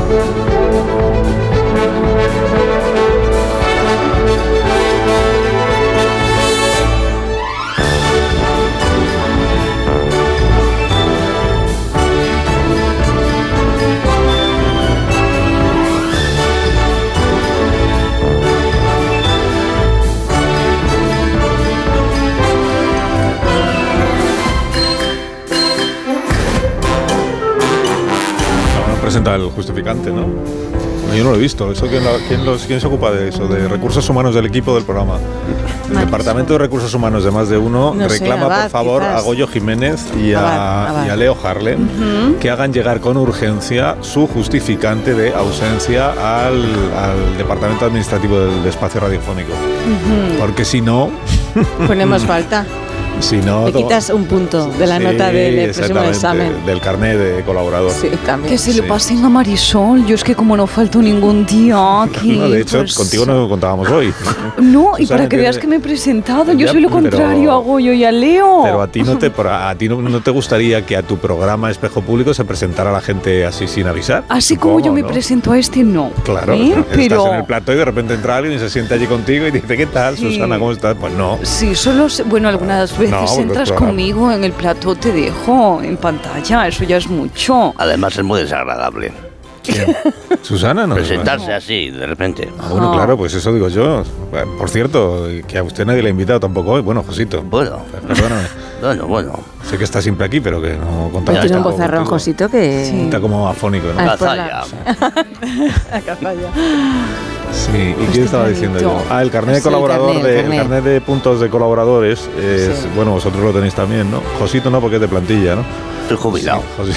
Presenta el justificante, ¿no? Yo no lo he visto. ¿Eso quién se ocupa de eso? De recursos humanos del equipo del programa. El Departamento de Recursos Humanos de Más de Uno reclama, por favor, a Goyo Jiménez y a Leo Harlem que hagan llegar con urgencia su justificante de ausencia al Departamento Administrativo del Espacio Radiofónico. Porque si no... Ponemos falta. Si no, le quitas un punto de la nota del próximo examen. Del carnet de colaborador. Sí, también. Que se le pasen a Marisol. Yo es que como no falto ningún día aquí... No, de hecho, contigo no contábamos hoy. No, y para que veas que me he presentado. Yo soy lo contrario a Goyo y a Leo. Pero a ti no te gustaría que a tu programa Espejo Público se presentara la gente así sin avisar. Así como yo me presento a este, no. Claro, pero... estás en el plató y de repente entra alguien y se sienta allí contigo y dice, ¿qué tal, Susana? ¿Cómo estás? Pues no. Sí, solo... Bueno, algunas veces entras conmigo en el plató, te dejo en pantalla, eso ya es mucho. Además es muy desagradable. ¿Quién? ¿Susana? No. Presentarse así, de repente. Bueno, claro, pues eso digo yo. Por cierto, que a usted nadie le ha invitado tampoco hoy. Bueno, Josito. Bueno. Perdóname. Bueno. Sé que está siempre aquí, pero que no contamos. Tiene un bozarrón, Josito, que... Sí. Está como afónico, ¿no? Cazalla. Cazalla. Sí, ¿y qué estaba diciendo yo? El carnet de colaborador, el carnet de puntos de colaboradores, bueno, vosotros lo tenéis también, ¿no? Josito no, porque es de plantilla, ¿no? Estoy jubilado. Sí,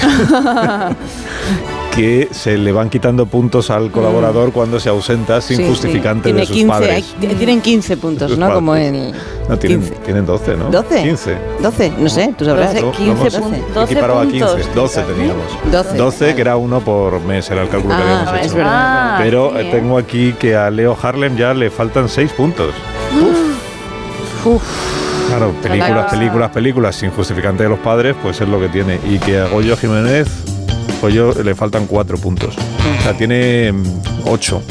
que se le van quitando puntos al colaborador cuando se ausenta sin justificante de sus padres. Tienen 15 puntos, ¿no? Como en... No, tienen 12, ¿no? ¿12? 15. 12, no sé, tú sabrás. 15 puntos. Equiparado a 15, 12 teníamos. 12, que era uno por mes, era el cálculo que habíamos hecho. Es verdad. Pero tengo aquí que a Leo Harlem ya le faltan 6 puntos. Claro, películas sin justificante de los padres, pues es lo que tiene. Y que a Goyo Jiménez, le faltan 4 puntos. O sea, tiene 8.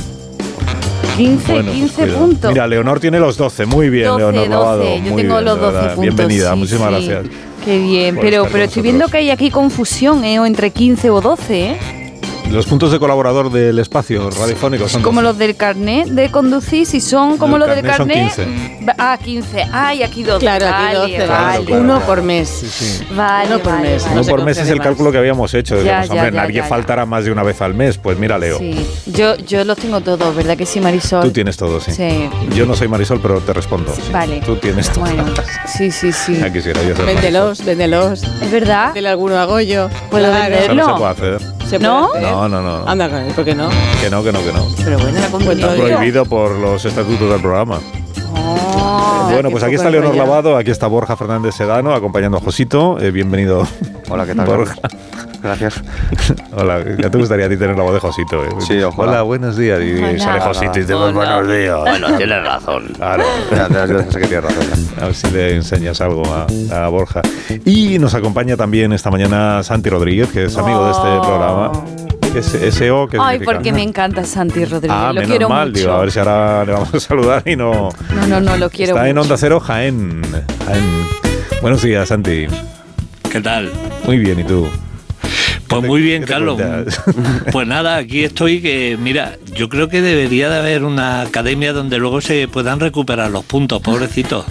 15 puntos. Mira, Leonor tiene los 12. Muy bien, 12, Leonor Lavado. Yo tengo los 12 puntos. Bienvenida, muchísimas gracias. Qué bien, pero estoy viendo que hay aquí confusión, o entre 15 o 12, Los puntos de colaborador del espacio radiofónico son como 12. los del carnet de conducir, si son como los del carnet. Son 15. 15. Y aquí 12. Claro, aquí 12. Vale. Uno por mes. Sí. Vale, uno por mes. Uno por mes es el cálculo que habíamos hecho. Nadie faltará más de una vez al mes. Pues mira, Leo. Sí. Yo los tengo todos, ¿verdad que sí, Marisol? Tú tienes todos, sí. Sí. Yo no soy Marisol, pero te respondo. Sí. Vale. Tú tienes todos. Bueno, sí. Ya quisiera yo ser Véndelos. ¿Es verdad? Dile alguno a Goyo. ¿Puedo venderlo? Eso no se puede hacer. ¿Se puede ¿No? hacer? No. Anda con él, ¿por qué no? Que no. Pero bueno, Está prohibido por los estatutos del programa. Bueno, pues aquí está Leonor Lavado, aquí está Borja Fernández Sedano, acompañando a Josito. Bienvenido. Hola, ¿qué tal? Borja. Gracias. Hola, ya te gustaría a ti tener la voz de Josito. Sí, ojalá. Hola, buenos días. Y sale Josito y te dice buenos días. Bueno, tienes razón. Claro. Gracias, que tienes razón. A ver si le enseñas algo a Borja. Y nos acompaña también esta mañana Santi Rodríguez, que es amigo de este programa. SEO, ¿qué Ay, significa? porque me encanta Santi Rodríguez. Lo menos quiero mal, mucho. digo, a ver si ahora le vamos a saludar y no. No, lo quiero Está mucho. en Onda Cero Jaén. Buenos días, Santi. ¿Qué tal? Muy bien, ¿y tú? Pues muy bien, ¿qué te Carlos. cuentas? Pues nada, aquí estoy que, mira, yo creo que debería de haber una academia donde luego se puedan recuperar los puntos, pobrecitos.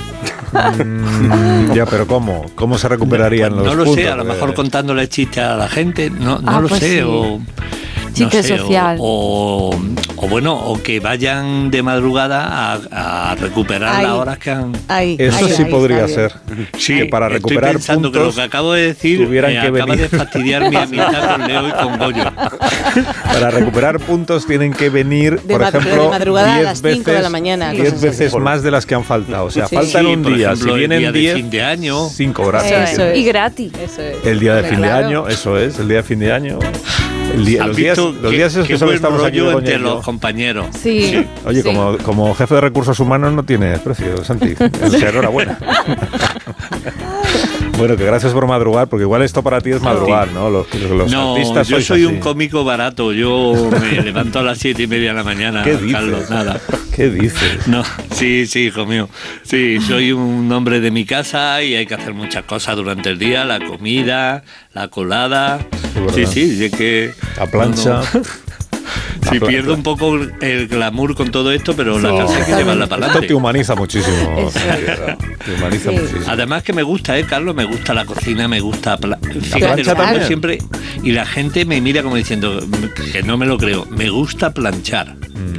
Ya, pero ¿cómo? ¿Cómo se recuperarían los puntos? No lo puntos? sé, a lo mejor contándole chistes a la gente, no lo pues sé, sí. o... Chiste no sé, social. O que vayan de madrugada a recuperar las horas que han... Eso sí podría ser. Sí, que para recuperar estoy pensando puntos que lo que acabo de decir tuvieran que acaba venir. de fastidiar mi amistad con Leo y con Goyo. Para recuperar puntos tienen que venir, por ejemplo, de madrugada a las 5 10 de la mañana. 10 veces más de las que han faltado. O sea, Sí. faltan un por día. ejemplo, Si vienen el día de 10, fin de año. 5 horas. Eso es. Y gratis. Eso es. El día de fin de Claro. año, eso es, el día de fin de año. ¿Has Los días esos qué que solo buen estamos aquí rollo Begoña entre y yo. los compañeros? Sí. Oye, sí. como jefe de recursos humanos no tienes precio, Santi. O sea, enhorabuena. Bueno, que gracias por madrugar, porque igual esto para ti es madrugar, ¿no? Los no, artistas yo soy así. un cómico barato. Yo me levanto a las 7:30 de la mañana. ¿Qué dices? Carlos, nada. ¿Qué dices? No, sí, hijo mío. Sí, soy un hombre de mi casa y hay que hacer muchas cosas durante el día, la comida, la colada. Sí, es que... La plancha. No. Sí, pierdo un poco el glamour con todo esto, pero la casa hay que llevarla para Esto adelante. te humaniza muchísimo. Te humaniza muchísimo. Además que me gusta, Carlos, me gusta la cocina, me gusta... Fíjate, plancha lo pongo también. siempre y la gente me mira como diciendo que no me lo creo. Me gusta planchar.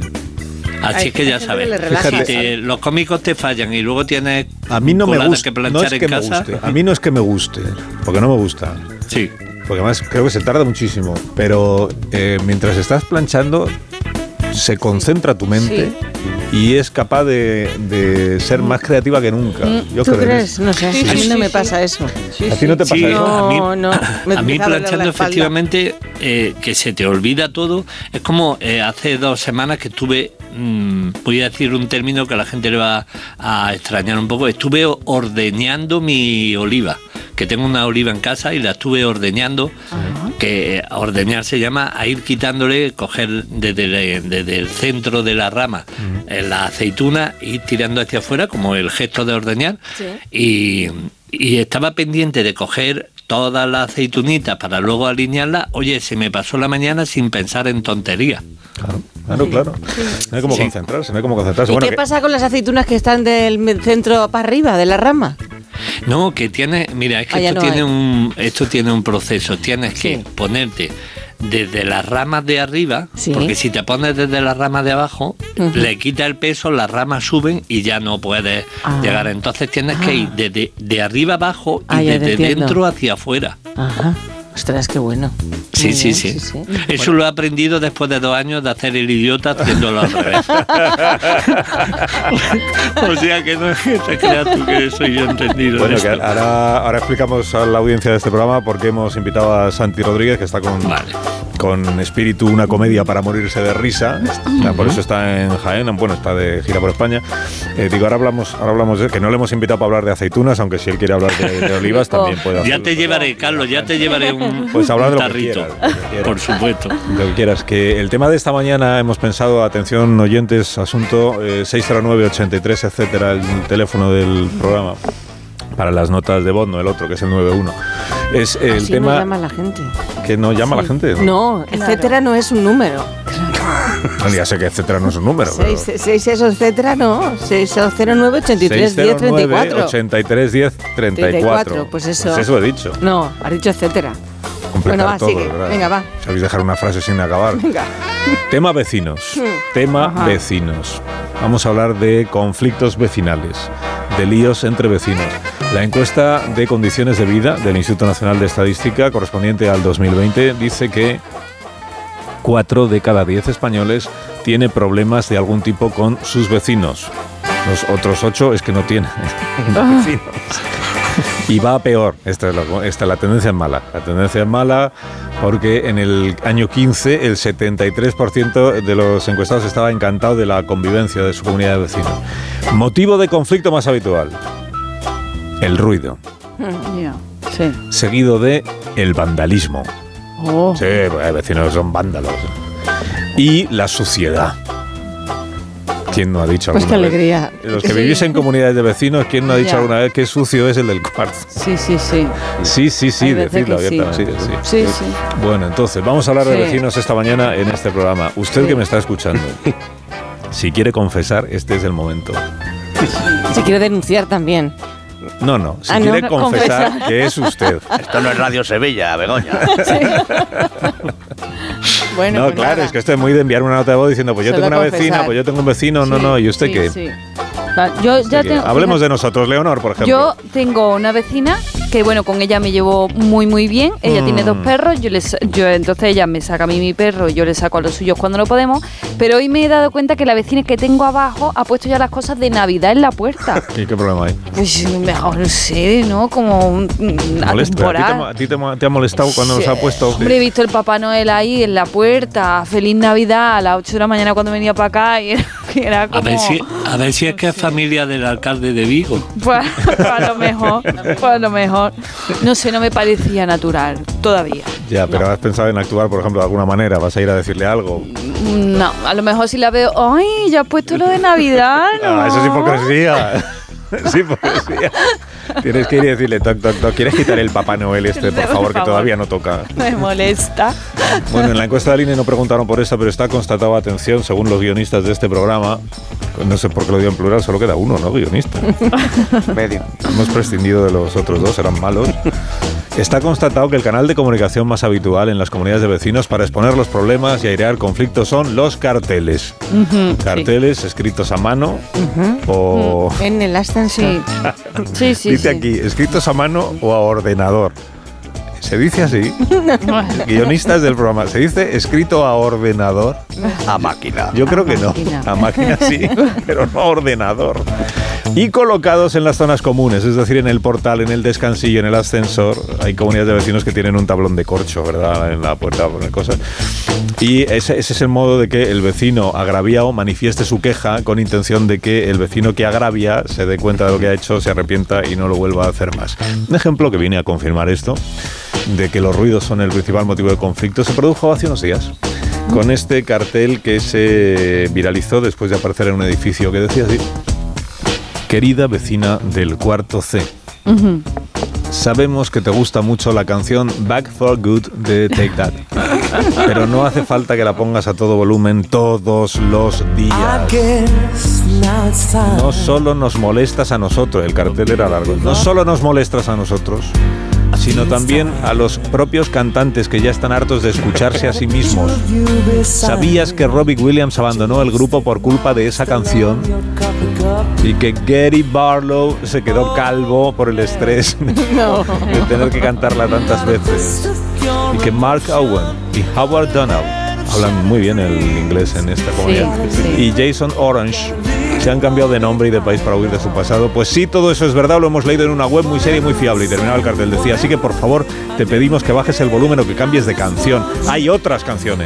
Así es que ya sabes, si los cómicos te fallan y luego tienes a mí no me gusta, que planchar no es que en casa. me guste. A mí no es que me guste, porque no me gusta. Sí. Porque además creo que se tarda muchísimo. Pero mientras estás planchando, se concentra tu mente y es capaz de ser más creativa que nunca. Yo ¿Tú creo crees? No sé, a mí no me pasa eso. ¿A ti no te pasa Sí, eso? No. A mí planchando efectivamente que se te olvida todo. Es como hace 2 semanas que estuve, voy a decir un término que a la gente le va a extrañar un poco, estuve ordeñando mi oliva, que tengo una oliva en casa y la estuve ordeñando, que ordeñar se llama a ir quitándole, coger desde el centro de la rama la aceituna y ir tirando hacia afuera como el gesto de ordeñar. Sí. Y estaba pendiente de coger todas las aceitunitas para luego alinearlas. Oye, se me pasó la mañana sin pensar en tonterías. Claro. No hay cómo concentrarse, no hay cómo concentrarse. ¿Y qué pasa con las aceitunas que están del centro para arriba, de la rama? No, que tiene, mira, es que esto tiene un proceso. Tienes que ponerte desde las ramas de arriba, porque si te pones desde las ramas de abajo, le quita el peso, las ramas suben y ya no puedes llegar. Entonces tienes que ir desde de arriba abajo y desde dentro hacia afuera. Ajá. Ostras, qué bueno. Sí. Eso lo he aprendido después de 2 años de hacer el idiota haciéndolo al revés. O sea que no es que te creas tú que soy yo entendido. Bueno, que ahora explicamos a la audiencia de este programa por qué hemos invitado a Santi Rodríguez, que está con Espíritu, una comedia para morirse de risa. Por eso está en Jaén, bueno, está de gira por España. Ahora hablamos de que no le hemos invitado para hablar de aceitunas, aunque si él quiere hablar de olivas también puede hacerlo. Ya te llevaré, Carlos, pues hablar de lo tarrito, que quieras, por supuesto. Lo que quieras. Que el tema de esta mañana hemos pensado, atención oyentes, asunto 609 83, etcétera, el teléfono del programa para las notas de voz, no el otro, que es el 91. Es el tema. No llama la gente. ¿Que no llama la gente? No, etcétera no es un número. Bueno, ya sé que etcétera no es un número. 6 eso, etcétera no. 609 83 10 34. 83 10 34. Pues eso. Pues eso he dicho. No, has dicho etcétera. Completar bueno, va, todo, sigue. ¿verdad? Venga, va. Sabéis dejar una frase sin acabar. Venga. Tema vecinos. Vecinos. Vamos a hablar de conflictos vecinales, de líos entre vecinos. La encuesta de condiciones de vida del Instituto Nacional de Estadística, correspondiente al 2020, dice que 4 de cada 10 españoles tiene problemas de algún tipo con sus vecinos. Los otros 8 es que no tienen vecinos. Y va a peor. La tendencia es mala. La tendencia es mala porque en el año 15 el 73% de los encuestados estaba encantado de la convivencia de su comunidad de vecinos. Motivo de conflicto más habitual: el ruido. Seguido de el vandalismo. Sí, pues, vecinos son vándalos. Y la suciedad. ¿Quién no ha dicho alguna vez? Pues qué alegría. Los que vivís en comunidades de vecinos, ¿quién no ha dicho alguna vez qué sucio es el del cuarto? Sí. Sí, decidlo abiertamente. Sí. Bueno, entonces, vamos a hablar de vecinos esta mañana en este programa. Usted que me está escuchando, si quiere confesar, este es el momento. Si quiere denunciar también. No, si quiere confesar que es usted. Esto no es Radio Sevilla, Begoña. Bueno, no, pues claro, nada. es que esto es muy de enviar una nota de voz diciendo, pues yo tengo una vecina, pues yo tengo un vecino, no, ¿y usted qué? Sí. Yo ya tengo, hablemos de nosotros, Leonor, por ejemplo. Yo tengo una vecina que, bueno, con ella me llevo muy, muy bien. Ella tiene 2 perros, entonces ella me saca a mí mi perro y yo le saco a los suyos cuando no podemos. Pero hoy me he dado cuenta que la vecina que tengo abajo ha puesto ya las cosas de Navidad en la puerta. ¿Y qué problema hay? Pues mejor, no sé, ¿no? Como una temporada. ¿A ti te ha molestado cuando nos ha puesto? Hombre, he visto el Papá Noel ahí en la puerta, feliz Navidad, a las 8 de la mañana cuando venía para acá y que era como... A ver si es que es familia del alcalde de Vigo. Pues a lo mejor. No sé, no me parecía natural todavía. Ya, pero ¿has pensado en actuar, por ejemplo, de alguna manera? ¿Vas a ir a decirle algo? No, a lo mejor si la veo, ¡ay, ya has puesto lo de Navidad! No. Eso es hipocresía. Es hipocresía. Tienes que ir y decirle, toc, toc, toc, ¿quieres quitar el Papá Noel por favor, que todavía no toca? Me molesta. Bueno, en la encuesta del INE no preguntaron por esta, pero está constatado, atención, según los guionistas de este programa, no sé por qué lo digo en plural, solo queda uno, ¿no? Guionista. Medio. Hemos prescindido de los otros dos, eran malos. Está constatado que el canal de comunicación más habitual en las comunidades de vecinos para exponer los problemas y airear conflictos son los carteles. Carteles escritos a mano o... En el ascensor. Sí. Dice aquí, escritos a mano o a ordenador. ¿Se dice así? Guionistas del programa, ¿se dice escrito a ordenador? A máquina. Yo creo que no. A máquina sí, pero no a ordenador. Y colocados en las zonas comunes, es decir, en el portal, en el descansillo, en el ascensor. Hay comunidades de vecinos que tienen un tablón de corcho, ¿verdad? En la puerta, poner cosas. Y ese es el modo de que el vecino agraviado manifieste su queja con intención de que el vecino que agravia se dé cuenta de lo que ha hecho, se arrepienta y no lo vuelva a hacer más. Un ejemplo que viene a confirmar esto, de que los ruidos son el principal motivo de conflicto, se produjo hace unos días con este cartel que se viralizó después de aparecer en un edificio que decía así: querida vecina del cuarto C, sabemos que te gusta mucho la canción Back for Good de Take That, pero no hace falta que la pongas a todo volumen todos los días. No solo nos molestas a nosotros, el cartel era largo, no solo nos molestas a nosotros, sino también a los propios cantantes que ya están hartos de escucharse a sí mismos. ¿Sabías que Robbie Williams abandonó el grupo por culpa de esa canción? Y que Gary Barlow se quedó calvo por el estrés de tener que cantarla tantas veces. Y que Mark Owen y Howard Donald hablan muy bien el inglés en esta comunidad. Y Jason Orange se han cambiado de nombre y de país para huir de su pasado. Pues sí, todo eso es verdad, lo hemos leído en una web muy seria y muy fiable. Y terminaba el cartel, decía, así que por favor te pedimos que bajes el volumen o que cambies de canción. Hay otras canciones.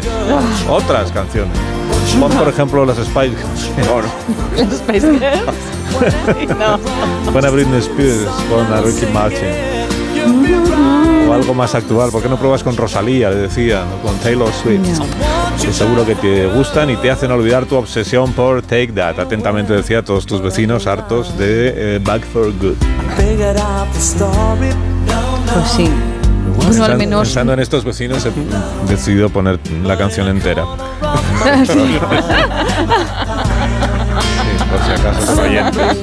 Pon, por ejemplo, las Spice Girls. ¿Las Spice Girls? No. Pon a Britney Spears, pon a Ricky Martin. O algo más actual. ¿Por qué no pruebas con Rosalía? Le decía, ¿no? Con Taylor Swift. Que seguro que te gustan y te hacen olvidar tu obsesión por Take That. Atentamente decía a todos tus vecinos hartos de Back for Good. Pues sí. Bueno, al menos... Pensando en estos vecinos he decidido poner la canción entera. Sí, por si acaso son oyentes.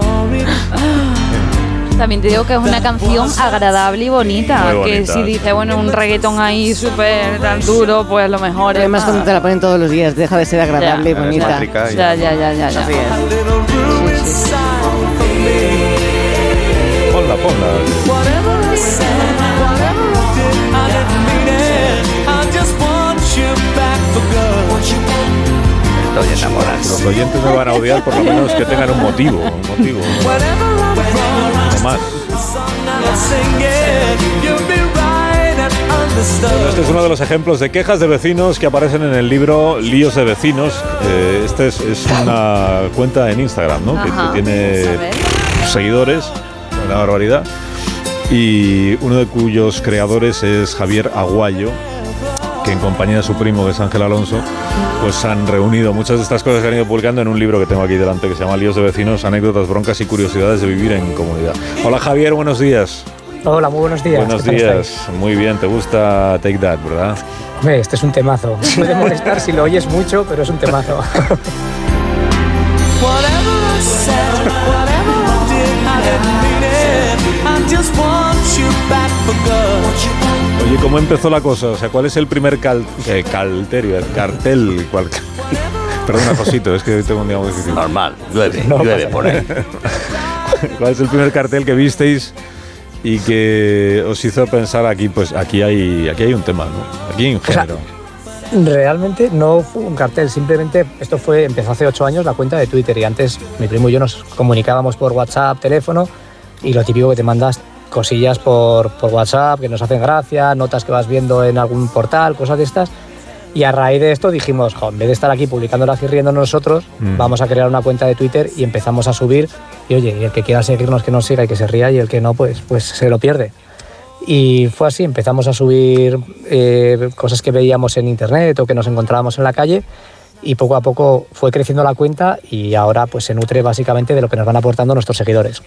También te digo que es una canción agradable y bonita. Que si dice, bueno, un reggaetón ahí súper tan duro, pues a lo mejor es además cuando te la ponen todos los días, deja de ser agradable y bonita. Ya. Así es. Ponla. Estoy enamorado. Los oyentes me van a odiar, por lo menos que tengan un motivo. No más. Bueno, este es uno de los ejemplos de quejas de vecinos que aparecen en el libro Líos de Vecinos. Esta es una cuenta en Instagram, ¿no? Que tiene seguidores, una barbaridad. Y uno de cuyos creadores es Javier Aguayo, que en compañía de su primo, que es Ángel Alonso, pues han reunido muchas de estas cosas que han ido publicando en un libro que tengo aquí delante, que se llama Líos de Vecinos, anécdotas, broncas y curiosidades de vivir en comunidad. Hola Javier, buenos días. Hola, muy buenos días. Buenos días, muy bien, te gusta Take That, ¿verdad? Hombre, este es un temazo. Puede molestar si lo oyes mucho, pero es un temazo. Oye, ¿cómo empezó la cosa? O sea, ¿cuál es el primer cartel? Perdona, Josito, es que hoy tengo un día muy difícil. Normal, llueve por ahí. ¿Cuál es el primer cartel que visteis y que os hizo pensar aquí hay un tema, ¿no? Aquí hay un género? O sea, realmente no fue un cartel, simplemente empezó hace 8 años la cuenta de Twitter y antes mi primo y yo nos comunicábamos por WhatsApp, teléfono y lo típico que te mandas cosillas por WhatsApp que nos hacen gracia, notas que vas viendo en algún portal, cosas de estas. Y a raíz de esto dijimos, en vez de estar aquí publicándolas y riéndonos nosotros, vamos a crear una cuenta de Twitter y empezamos a subir. Y oye, y el que quiera seguirnos que nos siga y que se ría, y el que no, pues se lo pierde. Y fue así, empezamos a subir cosas que veíamos en internet o que nos encontrábamos en la calle, y poco a poco fue creciendo la cuenta y ahora pues se nutre básicamente de lo que nos van aportando nuestros seguidores.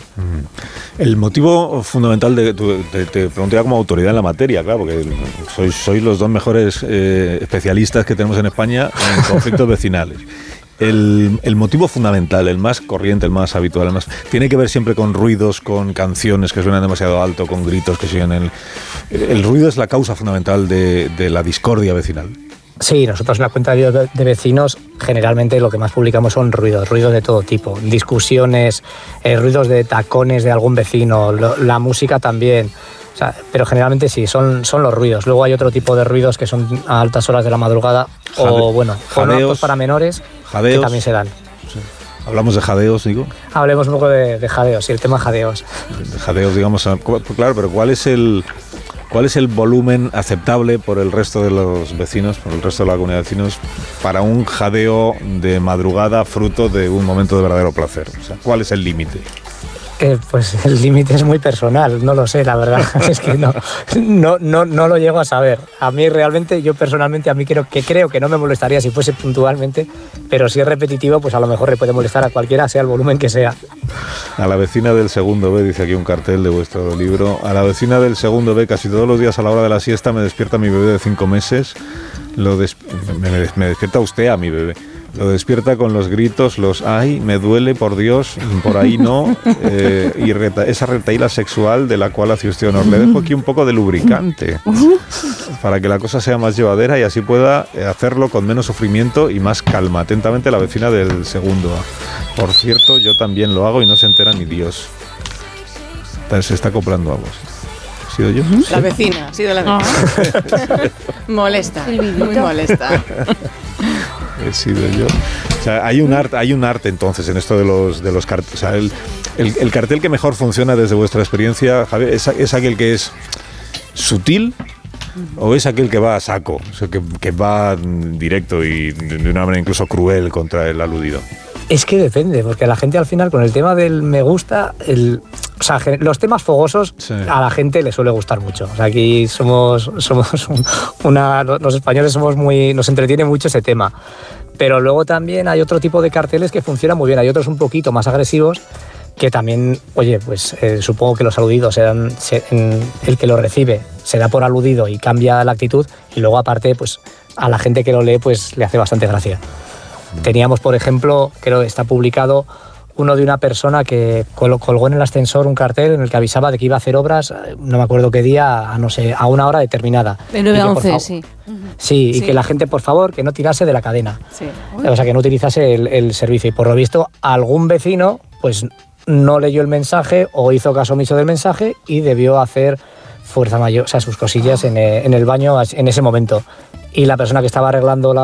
El motivo fundamental te pregunto ya como autoridad en la materia, claro, porque sois los dos mejores especialistas que tenemos en España en conflictos vecinales. El motivo fundamental, el más corriente, el más habitual, tiene que ver siempre con ruidos, con canciones que suenan demasiado alto, con gritos que siguen. El ruido es la causa fundamental de la discordia vecinal. Sí, nosotros en la cuenta de vecinos generalmente lo que más publicamos son ruidos de todo tipo, discusiones, ruidos de tacones de algún vecino, la música también. O sea, pero generalmente sí, son los ruidos. Luego hay otro tipo de ruidos que son a altas horas de la madrugada o con actos para menores, jadeos, que también se dan. Sí. Hablamos de jadeos, digo. Hablemos un poco de jadeos, sí, el tema jadeos. De jadeos, digamos, claro, pero ¿cuál es el volumen aceptable por el resto de los vecinos, por el resto de la comunidad de vecinos, para un jadeo de madrugada fruto de un momento de verdadero placer? O sea, ¿cuál es el límite? Pues el límite es muy personal, no lo sé, la verdad. Es que no lo llego a saber. A mí realmente, yo personalmente, creo que no me molestaría si fuese puntualmente, pero si es repetitivo, pues a lo mejor le puede molestar a cualquiera, sea el volumen que sea. A la vecina del segundo B, dice aquí un cartel de vuestro libro, a la vecina del segundo B, casi todos los días a la hora de la siesta me despierta mi bebé de 5 meses, me despierta usted a mi bebé. Lo despierta con los gritos, ¡ay, me duele, por Dios, por ahí no! Y esa retahíla sexual de la cual hace usted honor. Le dejo aquí un poco de lubricante para que la cosa sea más llevadera y así pueda hacerlo con menos sufrimiento y más calma. Atentamente, la vecina del segundo A. Por cierto, yo también lo hago y no se entera ni Dios. Se está acoplando a vos. ¿Ha sido yo? La vecina, ha sido la vecina. Molesta, muy molesta. He sido yo. O sea, hay un arte entonces en esto de los carteles. O sea, el cartel que mejor funciona desde vuestra experiencia, Javier, es aquel que es sutil o es aquel que va a saco, o sea, que va directo y de una manera incluso cruel contra el aludido. Es que depende, porque la gente al final con el tema del me gusta, los temas fogosos sí. A la gente le suele gustar mucho. O sea, aquí los españoles nos entretiene mucho ese tema. Pero luego también hay otro tipo de carteles que funcionan muy bien. Hay otros un poquito más agresivos que también, oye, pues supongo que los aludidos el que lo recibe se da por aludido y cambia la actitud, y luego aparte, pues a la gente que lo lee, pues le hace bastante gracia. Teníamos, por ejemplo, creo que está publicado uno de una persona que colgó en el ascensor un cartel en el que avisaba de que iba a hacer obras, no me acuerdo qué día, a una hora determinada. De 9 a 11, sí. Sí, y que la gente, por favor, que no tirase de la cadena. Sí. O sea, que no utilizase el servicio. Y por lo visto, algún vecino, pues no leyó el mensaje o hizo caso omiso del mensaje y debió hacer fuerza mayor, o sea, sus cosillas en el baño en ese momento. Y la persona que estaba arreglando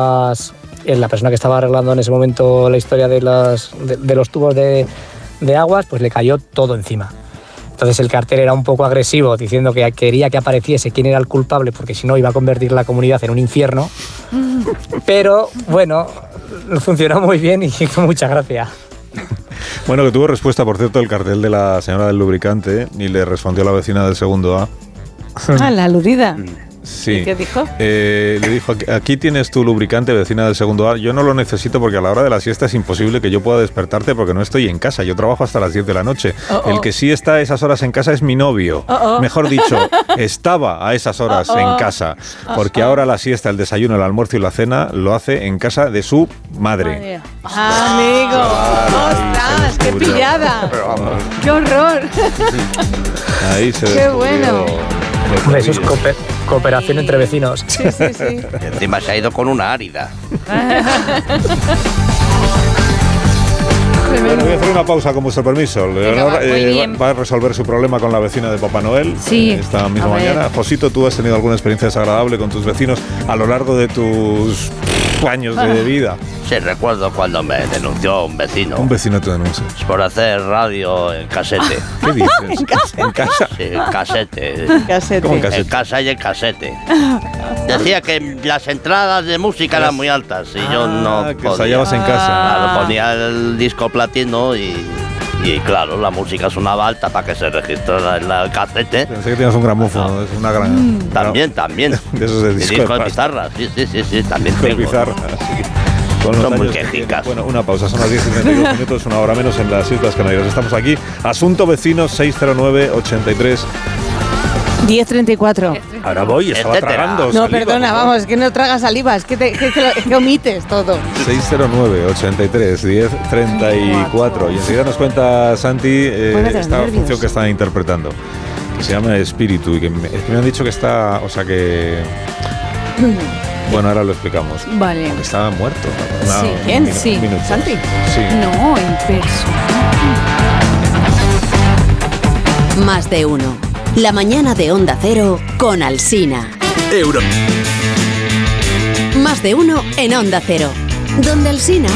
en ese momento la historia de los tubos de aguas, pues le cayó todo encima. Entonces el cartel era un poco agresivo, diciendo que quería que apareciese quién era el culpable, porque si no iba a convertir la comunidad en un infierno. Pero bueno, funcionó muy bien y hizo mucha gracia. Bueno, que tuvo respuesta, por cierto, el cartel de la señora del lubricante, y le respondió la vecina del segundo A. Ah, la aludida. Sí. ¿Y qué dijo? Le dijo, aquí tienes tu lubricante, vecina del segundo A. Yo no lo necesito porque a la hora de la siesta es imposible que yo pueda despertarte porque no estoy en casa. Yo trabajo hasta las 10 de la noche. El que sí está a esas horas en casa es mi novio. Mejor dicho, estaba a esas horas en casa. Porque ahora la siesta, el desayuno, el almuerzo y la cena lo hace en casa de su madre. ¡Amigo! ¡Ostras! ¡Qué pillada! ¡Qué horror! Ahí se ¡Qué bueno! Hombre, eso es cooperación entre vecinos. Sí. Y encima se ha ido con una árida. Bueno, voy a hacer una pausa con vuestro permiso. Leonor va a resolver su problema con la vecina de Papá Noel esta misma mañana. Josito, ¿tú has tenido alguna experiencia desagradable con tus vecinos a lo largo de tus años de vida. Sí, recuerdo cuando me denunció un vecino. Un vecino te denuncia. Por hacer radio en casete. ¿Qué dices? ¿En casa? Sí, en casete. ¿Cómo en casete? En casa y en casete. Decía que las entradas de música eran muy altas y yo no que podía. ensayabas en casa. Claro, ponía el disco platino y claro, la música sonaba alta para que se registrara en el casete. Pensé que tenías un gramófono, es una gran... También. De esos de disco de pizarra, sí, también de tengo. pizarra, sí. Son muy quejicas. Bueno, una pausa, son las 10:32 minutos, una hora menos en las Islas Canarias. Estamos aquí, Asunto Vecinos, 609 83 10:34. Ahora voy, estaba tragando No, saliva, perdona, vamos, es que no tragas saliva, es que omites todo. 609 83 1034. Y enseguida nos cuenta Santi esta función que está interpretando, que se llama Espíritu, y que me han dicho que está, o sea que... Bueno, ahora lo explicamos. Vale. Porque estaba muerto. Sí. ¿Quién? Sí. ¿Santi? Sí. No, en persona. Más de uno. La mañana de Onda Cero con Alsina. Más de uno en Onda Cero. Donde Alsina.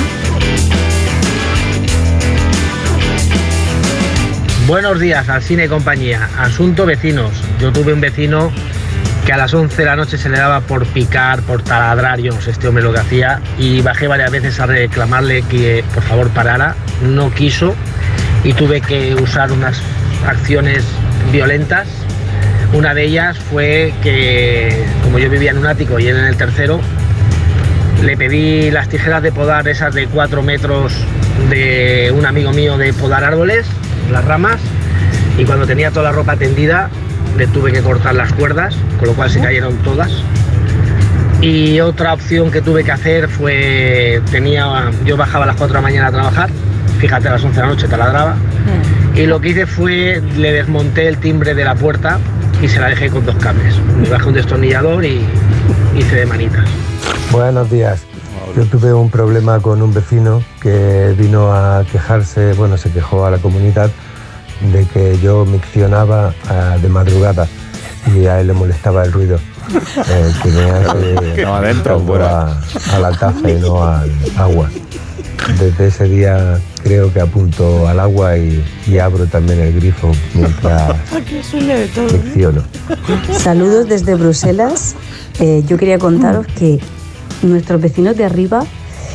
Buenos días, Alsina y compañía. Asunto vecinos. Yo tuve un vecino que a las 11 de la noche se le daba por picar, por taladrar, yo no sé este hombre lo que hacía, y bajé varias veces a reclamarle que por favor parara, no quiso y tuve que usar unas acciones violentas. Una de ellas fue que, como yo vivía en un ático y él en el tercero, le pedí las tijeras de podar, esas de 4 metros de un amigo mío de podar árboles, las ramas, y cuando tenía toda la ropa tendida le tuve que cortar las cuerdas, con lo cual se cayeron todas. Y otra opción que tuve que hacer fue, yo bajaba a las 4 de la mañana a trabajar, fíjate, a las 11 de la noche taladraba, y lo que hice fue, le desmonté el timbre de la puerta y se la dejé con 2 cables. Me bajé un destornillador y hice de manitas. Buenos días. Yo tuve un problema con un vecino que vino a quejarse, bueno, se quejó a la comunidad de que yo miccionaba de madrugada y a él le molestaba el ruido. Tenía que estaba adentro, a la taza y no al agua. Desde ese día creo que apunto al agua y abro también el grifo mientras micciono. Saludos desde Bruselas. Yo quería contaros que nuestros vecinos de arriba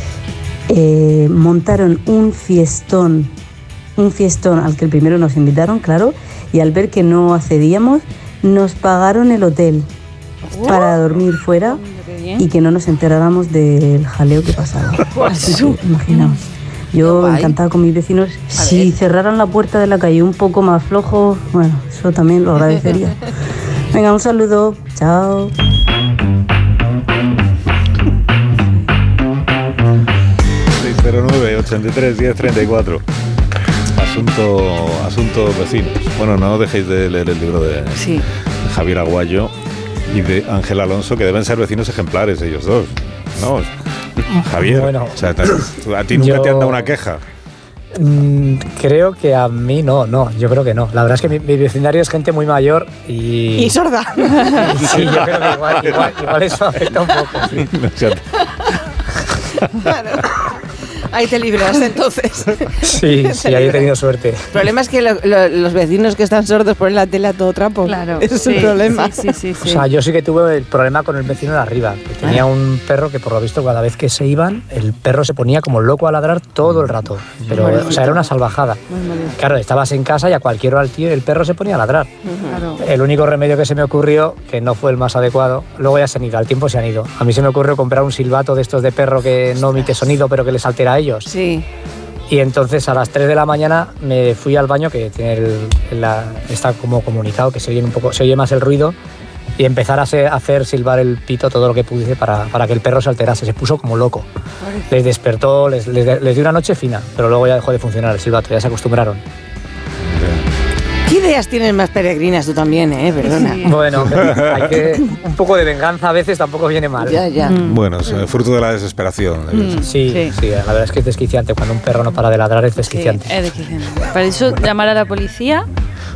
montaron un fiestón al que el primero nos invitaron, claro, y al ver que no accedíamos, nos pagaron el hotel para dormir fuera y que no nos enteráramos del jaleo que pasaba. Imaginaos. Yo encantada con mis vecinos. Si cerraran la puerta de la calle un poco más flojo, bueno, eso también lo agradecería. Venga, un saludo. Chao. ...609-83-1034... Asunto vecinos. Bueno, no dejéis de leer el libro de Javier Aguayo y de Ángel Alonso, que deben ser vecinos ejemplares ellos dos, ¿no? Javier, bueno, o sea, ¿a ti nunca te han dado una queja? Creo que a mí no, yo creo que no. La verdad es que mi vecindario es gente muy mayor y sorda. Sí, yo creo que igual eso afecta un poco. Sí. Claro. Ahí te libras, entonces. Sí, ahí he tenido suerte. El problema es que los vecinos que están sordos ponen la tele a todo trapo. Claro. Ese es el problema. Sí. O sea, yo sí que tuve el problema con el vecino de arriba. Que tenía un perro que, por lo visto, cada vez que se iban, el perro se ponía como loco a ladrar todo el rato. Pero, o sea, era una salvajada. Claro, estabas en casa y a cualquier hora el perro se ponía a ladrar. Claro. El único remedio que se me ocurrió, que no fue el más adecuado, luego ya se han ido, al tiempo se han ido. A mí se me ocurrió comprar un silbato de estos de perro que no emite sonido, pero que les altera a ellos. Sí. Y entonces a las 3 de la mañana me fui al baño, que tiene está como comunicado, que se oye más el ruido, y empezar a hacer silbar el pito todo lo que pudiese para que el perro se alterase. Se puso como loco. Les despertó, les dio una noche fina, pero luego ya dejó de funcionar el silbato, ya se acostumbraron. ¿Qué ideas tienes más peregrinas tú también, Perdona. Sí. Bueno, un poco de venganza a veces tampoco viene mal. Ya. Bueno, es fruto de la desesperación. Sí, la verdad es que es desquiciante. Cuando un perro no para de ladrar es desquiciante. Sí, es desquiciante. Para eso llamar a la policía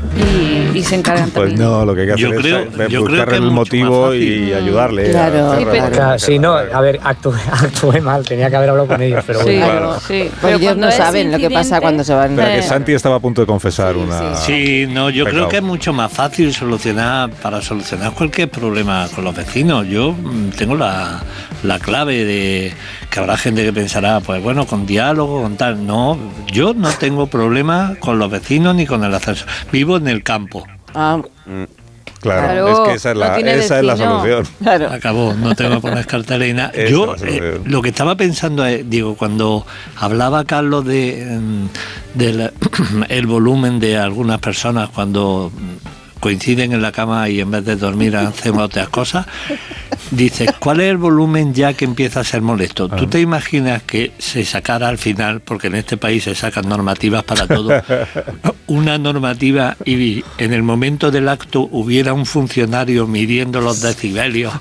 y se encargan pues también. no, lo que hay que hacer es buscar el motivo y ayudarle. Claro. Sí, no, a ver, actué mal, tenía que haber hablado con ellos, pero bueno. Claro. Sí. Pues ellos no saben lo que pasa cuando se van. Pero que Santi estaba a punto de confesar una... Sí, no, yo creo que es mucho más fácil solucionar cualquier problema con los vecinos. Yo tengo la clave de que habrá gente que pensará, pues bueno, con diálogo, con tal. No, yo no tengo problema con los vecinos ni con el ascensor. Vivo en el campo. Claro, es que esa es la solución. Claro. Acabó, no tengo que poner carteles y nada. Yo lo que estaba pensando es, digo, cuando hablaba Carlos del el volumen de algunas personas cuando coinciden en la cama y en vez de dormir hacen otras cosas, dices, ¿cuál es el volumen ya que empieza a ser molesto? ¿Tú te imaginas que se sacara al final, porque en este país se sacan normativas para todo, una normativa y en el momento del acto hubiera un funcionario midiendo los decibelios?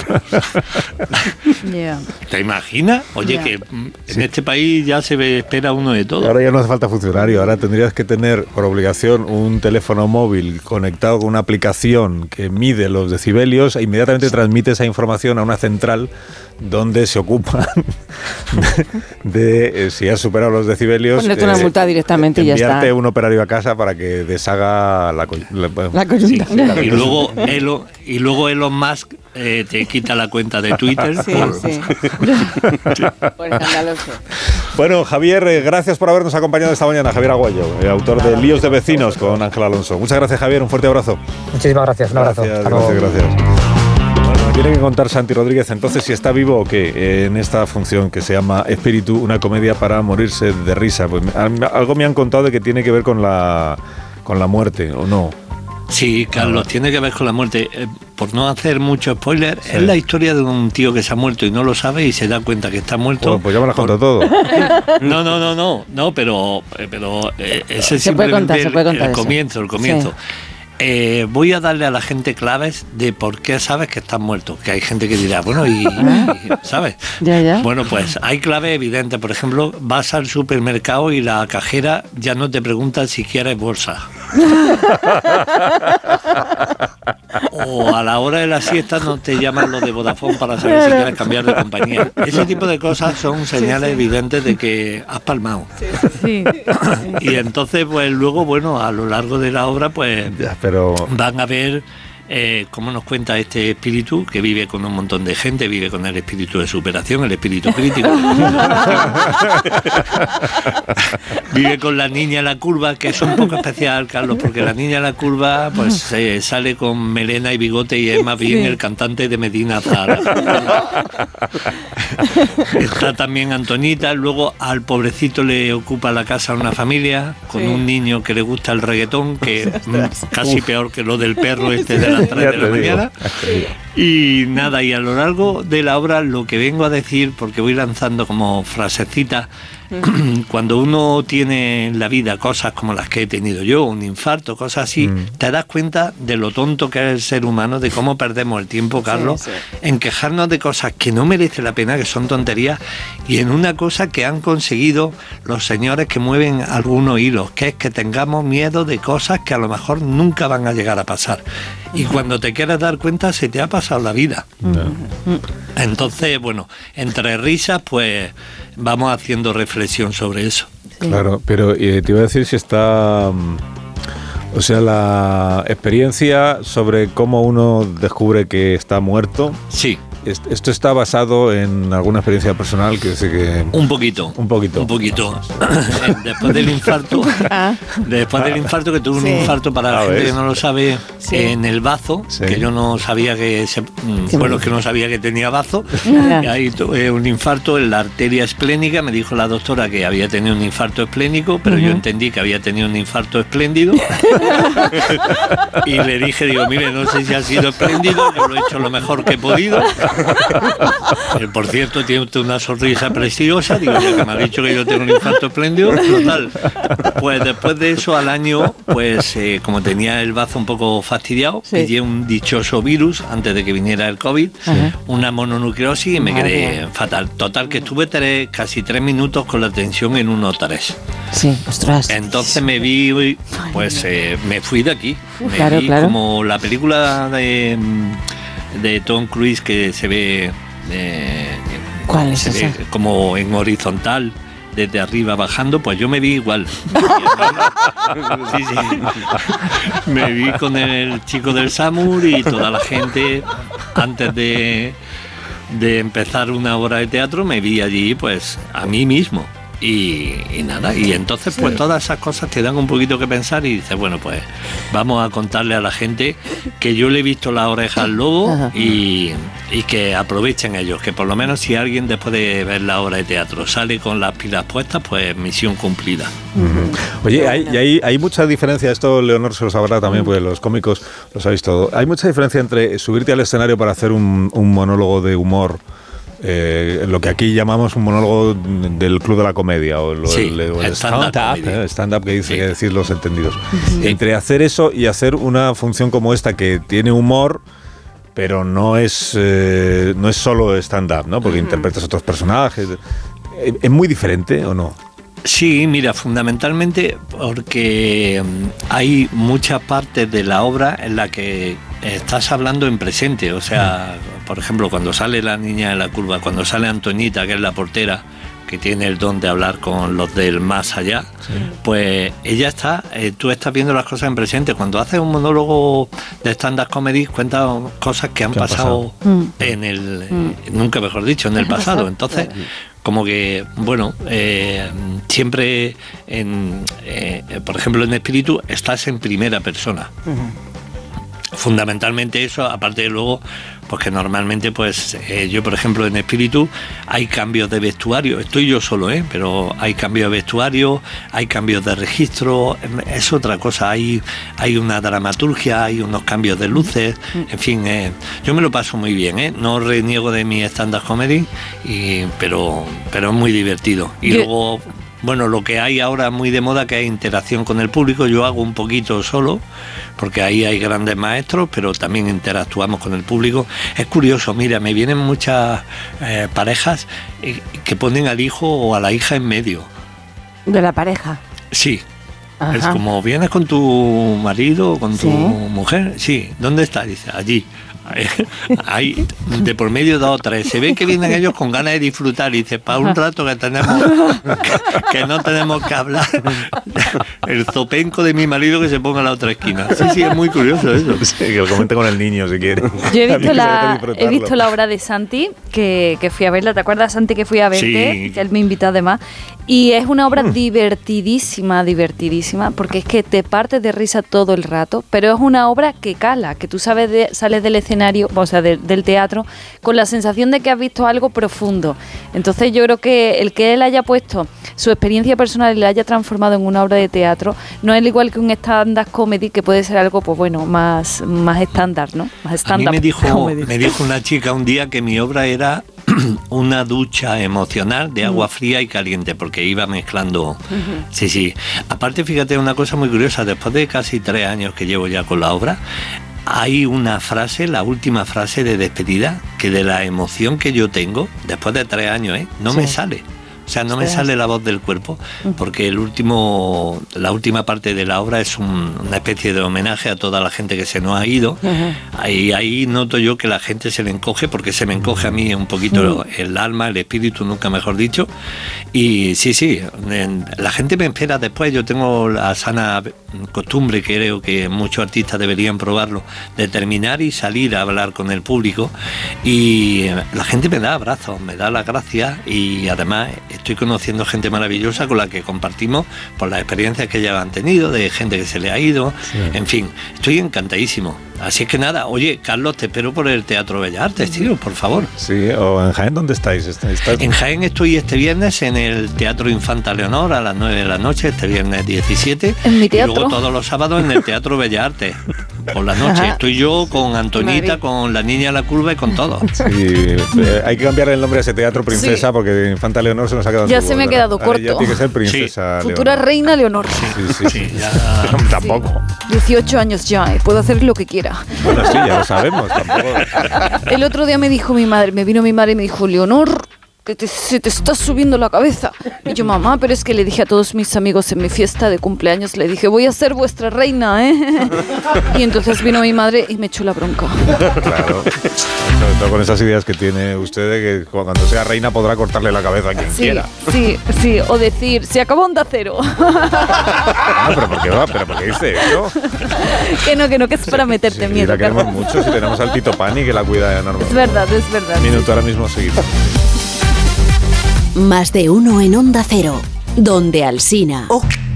¿Te imaginas? Oye, que en este país ya se espera uno de todo. Ahora ya no hace falta funcionario, ahora tendrías que tener por obligación un teléfono móvil conectado con una aplicación que mide los decibelios e inmediatamente transmite esa información a una central donde se ocupan de si has superado los decibelios, ponerte una multa directamente y ya está. Enviarte un operario a casa para que deshaga la coyunta. Y luego Elon Musk te quita la cuenta de Twitter. Por escandaloso. Bueno, Javier, gracias por habernos acompañado esta mañana. Javier Aguayo, autor de Líos de Vecinos con Ángel Alonso. Muchas gracias, Javier, un fuerte abrazo. Muchísimas gracias, un abrazo. Gracias. Bueno, me tiene que contar Santi Rodríguez entonces si está vivo o qué en esta función que se llama Espíritu, una comedia para morirse de risa. Pues algo me han contado de que tiene que ver con la muerte, ¿o no? Sí, Carlos, tiene que ver con la muerte. Por no hacer mucho spoiler, es la historia de un tío que se ha muerto y no lo sabe y se da cuenta que está muerto. Bueno, pues ya me lo has contado todo. No, pero ese es simplemente el comienzo. Sí. Voy a darle a la gente claves de por qué sabes que estás muerto. Que hay gente que dirá, bueno, y ¿sabes? Ya. Bueno, pues hay claves evidentes. Por ejemplo, vas al supermercado y la cajera ya no te pregunta si quieres bolsa. O a la hora de la siesta no te llaman los de Vodafone para saber si quieres cambiar de compañía. Ese tipo de cosas son señales evidentes de que has palmado. Sí. Y entonces, pues luego, bueno, a lo largo de la obra, pues van a ver cómo nos cuenta este espíritu que vive con un montón de gente, vive con el espíritu de superación, el espíritu crítico. Vive con la niña en la curva, que es un poco especial, Carlos, porque la niña en la curva pues sale con melena y bigote y es más bien el cantante de Medina Zahara. Está también Antonita, luego al pobrecito le ocupa la casa una familia con un niño que le gusta el reggaetón, que casi peor que lo del perro este de las 3 de la mañana. Y nada, y a lo largo de la obra lo que vengo a decir, porque voy lanzando como frasecitas, cuando uno tiene en la vida cosas como las que he tenido yo, un infarto, cosas así, te das cuenta de lo tonto que es el ser humano, de cómo perdemos el tiempo, Carlos, en quejarnos de cosas que no merece la pena, que son tonterías, y en una cosa que han conseguido los señores que mueven algunos hilos, que es que tengamos miedo de cosas que a lo mejor nunca van a llegar a pasar. Y cuando te quieras dar cuenta, se te ha pasado la vida. Entonces, bueno, entre risas, pues vamos haciendo reflexión sobre eso. Claro, pero te iba a decir si está... O sea, la experiencia sobre cómo uno descubre que está muerto... Sí. ¿Esto está basado en alguna experiencia personal? Un poquito. Después del infarto, que tuve un infarto, para la gente que no lo sabe, en el bazo, que yo no sabía que no sabía que tenía bazo, y ahí tuve un infarto en la arteria esplénica. Me dijo la doctora que había tenido un infarto esplénico, pero yo entendí que había tenido un infarto espléndido. Y le dije, digo, mire, no sé si ha sido espléndido, yo lo he hecho lo mejor que he podido. Por cierto, tiene usted una sonrisa preciosa. Digo, ya que me ha dicho que yo tengo un infarto espléndido, total. Pues después de eso, al año, pues como tenía el bazo un poco fastidiado, pillé un dichoso virus antes de que viniera el COVID, una mononucleosis y me quedé fatal. Total, que estuve casi 3 minutos con la tensión en 1,3. Sí, ostras. Entonces me vi, pues me fui de aquí. Me vi como la película de Tom Cruise que se ve... ¿Cuál es esa? Como en horizontal, desde arriba bajando, pues yo me vi igual. Sí. Me vi con el chico del SAMUR y toda la gente antes de empezar una obra de teatro me vi allí pues a mí mismo. Y nada, y entonces pues todas esas cosas te dan un poquito que pensar y dices, bueno, pues vamos a contarle a la gente que yo le he visto las orejas al lobo y que aprovechen ellos, que por lo menos si alguien después de ver la obra de teatro sale con las pilas puestas, pues misión cumplida. Oye, hay mucha diferencia, esto Leonor se lo sabrá también, porque los cómicos lo sabéis todo, hay mucha diferencia entre subirte al escenario para hacer un monólogo de humor, lo que aquí llamamos un monólogo del Club de la Comedia o el stand-up que dice que decir los entendidos. Entre hacer eso y hacer una función como esta que tiene humor, pero no es solo stand-up, ¿no? Porque interpretas otros personajes. ¿Es muy diferente o no? Sí, mira, fundamentalmente porque hay muchas partes de la obra en la que estás hablando en presente, o sea, por ejemplo, cuando sale la niña de la curva, cuando sale Antoñita, que es la portera, que tiene el don de hablar con los del más allá, pues ella está, tú estás viendo las cosas en presente. Cuando haces un monólogo de stand-up comedy, cuentas cosas que han pasado en el, nunca mejor dicho, en el pasado. Entonces, como que, bueno, siempre, por ejemplo, en espíritu, estás en primera persona. Fundamentalmente eso, aparte de luego, pues que normalmente, pues yo, por ejemplo, en espíritu hay cambios de vestuario, estoy yo solo, pero hay cambios de vestuario, hay cambios de registro, es otra cosa, hay una dramaturgia, hay unos cambios de luces, en fin, yo me lo paso muy bien, no reniego de mi stand-up comedy, pero es muy divertido. Y luego, bueno, lo que hay ahora muy de moda, que hay interacción con el público, yo hago un poquito solo, porque ahí hay grandes maestros, pero también interactuamos con el público. Es curioso, mira, me vienen muchas parejas que ponen al hijo o a la hija en medio. ¿De la pareja? Sí. Ajá. Es como, ¿vienes con tu marido o con tu mujer? Sí. ¿Dónde está? Dice, allí. Hay de por medio 2 o 3. Se ve que vienen ellos con ganas de disfrutar y dice, para un rato que tenemos que no tenemos que hablar, el zopenco de mi marido que se ponga a la otra esquina. Sí, es muy curioso eso. Sí, que lo comente con el niño si quiere. Yo he visto la obra de Santi, que fui a verla. ¿Te acuerdas, Santi, que fui a verte? Que él me invitó además. Y es una obra divertidísima, porque es que te partes de risa todo el rato, pero es una obra que cala, que tú sales del escenario, o sea, del teatro, con la sensación de que has visto algo profundo. Entonces yo creo que el que él haya puesto su experiencia personal y la haya transformado en una obra de teatro, no es igual que un stand-up comedy, que puede ser algo, pues bueno, más estándar, ¿no? Más stand-up. A mí me dijo una chica un día que mi obra era una ducha emocional de agua fría y caliente, porque iba mezclando. Sí. Aparte, fíjate, una cosa muy curiosa, después de casi 3 años que llevo ya con la obra, hay una frase, la última frase de despedida, que de la emoción que yo tengo, después de 3 años, no me sale. O sea, no me sale la voz del cuerpo, porque la última parte de la obra es una especie de homenaje a toda la gente que se nos ha ido. Ahí noto yo que la gente se le encoge, porque se me encoge a mí un poquito el alma, el espíritu, nunca mejor dicho. Y sí, la gente me espera después. Yo tengo la sana costumbre, que creo que muchos artistas deberían probarlo, de terminar y salir a hablar con el público. Y la gente me da abrazos, me da las gracias, y además estoy conociendo gente maravillosa con la que compartimos por las experiencias que ya han tenido, de gente que se le ha ido, en fin, estoy encantadísimo. Así es que nada, oye, Carlos, te espero por el Teatro Bellas Artes, tío, por favor. Sí, o en Jaén, ¿dónde estáis? En Jaén estoy este viernes en el Teatro Infanta Leonor a las 9 de la noche, este viernes 17. ¿En mi teatro? Y luego todos los sábados en el Teatro Bellas Artes. por la noche. Estoy yo con Antonita, con la niña de la curva y con todo. Sí, hay que cambiar el nombre a ese teatro, Princesa, porque Infanta Leonor se nos ha quedado. Ya se me ha quedado corto. Ya tiene que ser Princesa Leonor. Futura reina Leonor. Sí, ya. Tampoco. 18 años ya, puedo hacer lo que quiera. Bueno, sí, ya lo sabemos, tampoco. El otro día me dijo mi madre, me vino mi madre y me dijo, Leonor, que se te está subiendo la cabeza. Y yo, mamá, pero es que le dije a todos mis amigos en mi fiesta de cumpleaños, le dije, voy a ser vuestra reina, ¿eh? Y entonces vino mi madre y me echó la bronca. Claro, sobre todo con esas ideas que tiene usted de que cuando sea reina podrá cortarle la cabeza a quien quiera. Sí, o decir, se acabó Onda Cero. ¿Pero por qué va? ¿Pero por qué dice eso? Que no, que es para meterte miedo. La queremos mucho, si tenemos al Tito Pani que la cuida enormemente. Es verdad. Minuto, ahora mismo seguimos. Más de uno en Onda Cero, donde Alsina.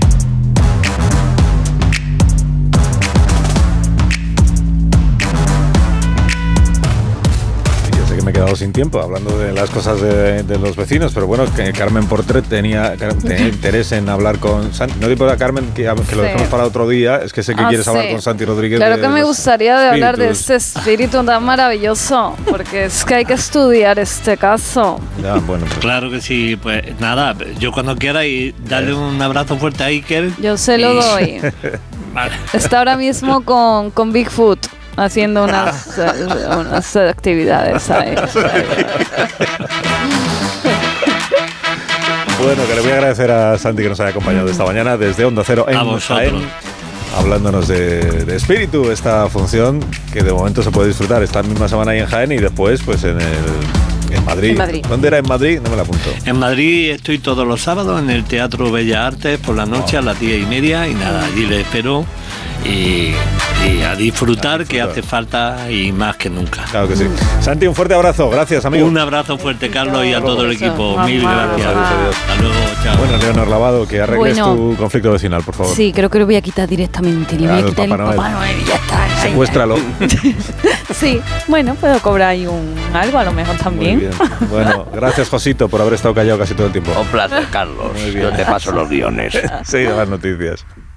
Me he quedado sin tiempo hablando de las cosas de los vecinos, pero bueno, que Carmen Portret tenía interés en hablar con Santi. No digo a Carmen que lo dejemos para otro día, es que sé que quieres hablar con Santi Rodríguez. Claro que me gustaría de hablar de ese espíritu tan maravilloso, porque es que hay que estudiar este caso. Ya, bueno, pues. Claro que sí, pues nada, yo cuando quiera y darle un abrazo fuerte a Iker. Yo se lo doy. Vale. Está ahora mismo con Bigfoot. Haciendo unas actividades ahí. Bueno, que le voy a agradecer a Santi que nos haya acompañado esta mañana desde Onda Cero en Jaén, hablándonos de espíritu, esta función que de momento se puede disfrutar esta misma semana ahí en Jaén y después pues en Madrid. ¿Dónde era en Madrid? No me la apunto. En Madrid estoy todos los sábados en el Teatro Bellas Artes por la noche a las 10:30 y nada, allí les espero y a disfrutar, que hace falta y más que nunca. Claro que sí. Santi, un fuerte abrazo. Gracias, amigo. Un abrazo fuerte, Carlos, y a todo el equipo. Mil gracias. Adiós. Hasta luego, chao. Bueno, Leonor Lavado, que arregles tu conflicto vecinal, por favor. Sí, creo que lo voy a quitar directamente. Le voy a quitar el Papá Noel y ya está. Secuéstralo. Sí, bueno, puedo cobrar ahí algo a lo mejor también. Muy bien. Bueno, gracias, Josito, por haber estado callado casi todo el tiempo. Un placer, Carlos. Yo te paso los guiones. Sí, las noticias.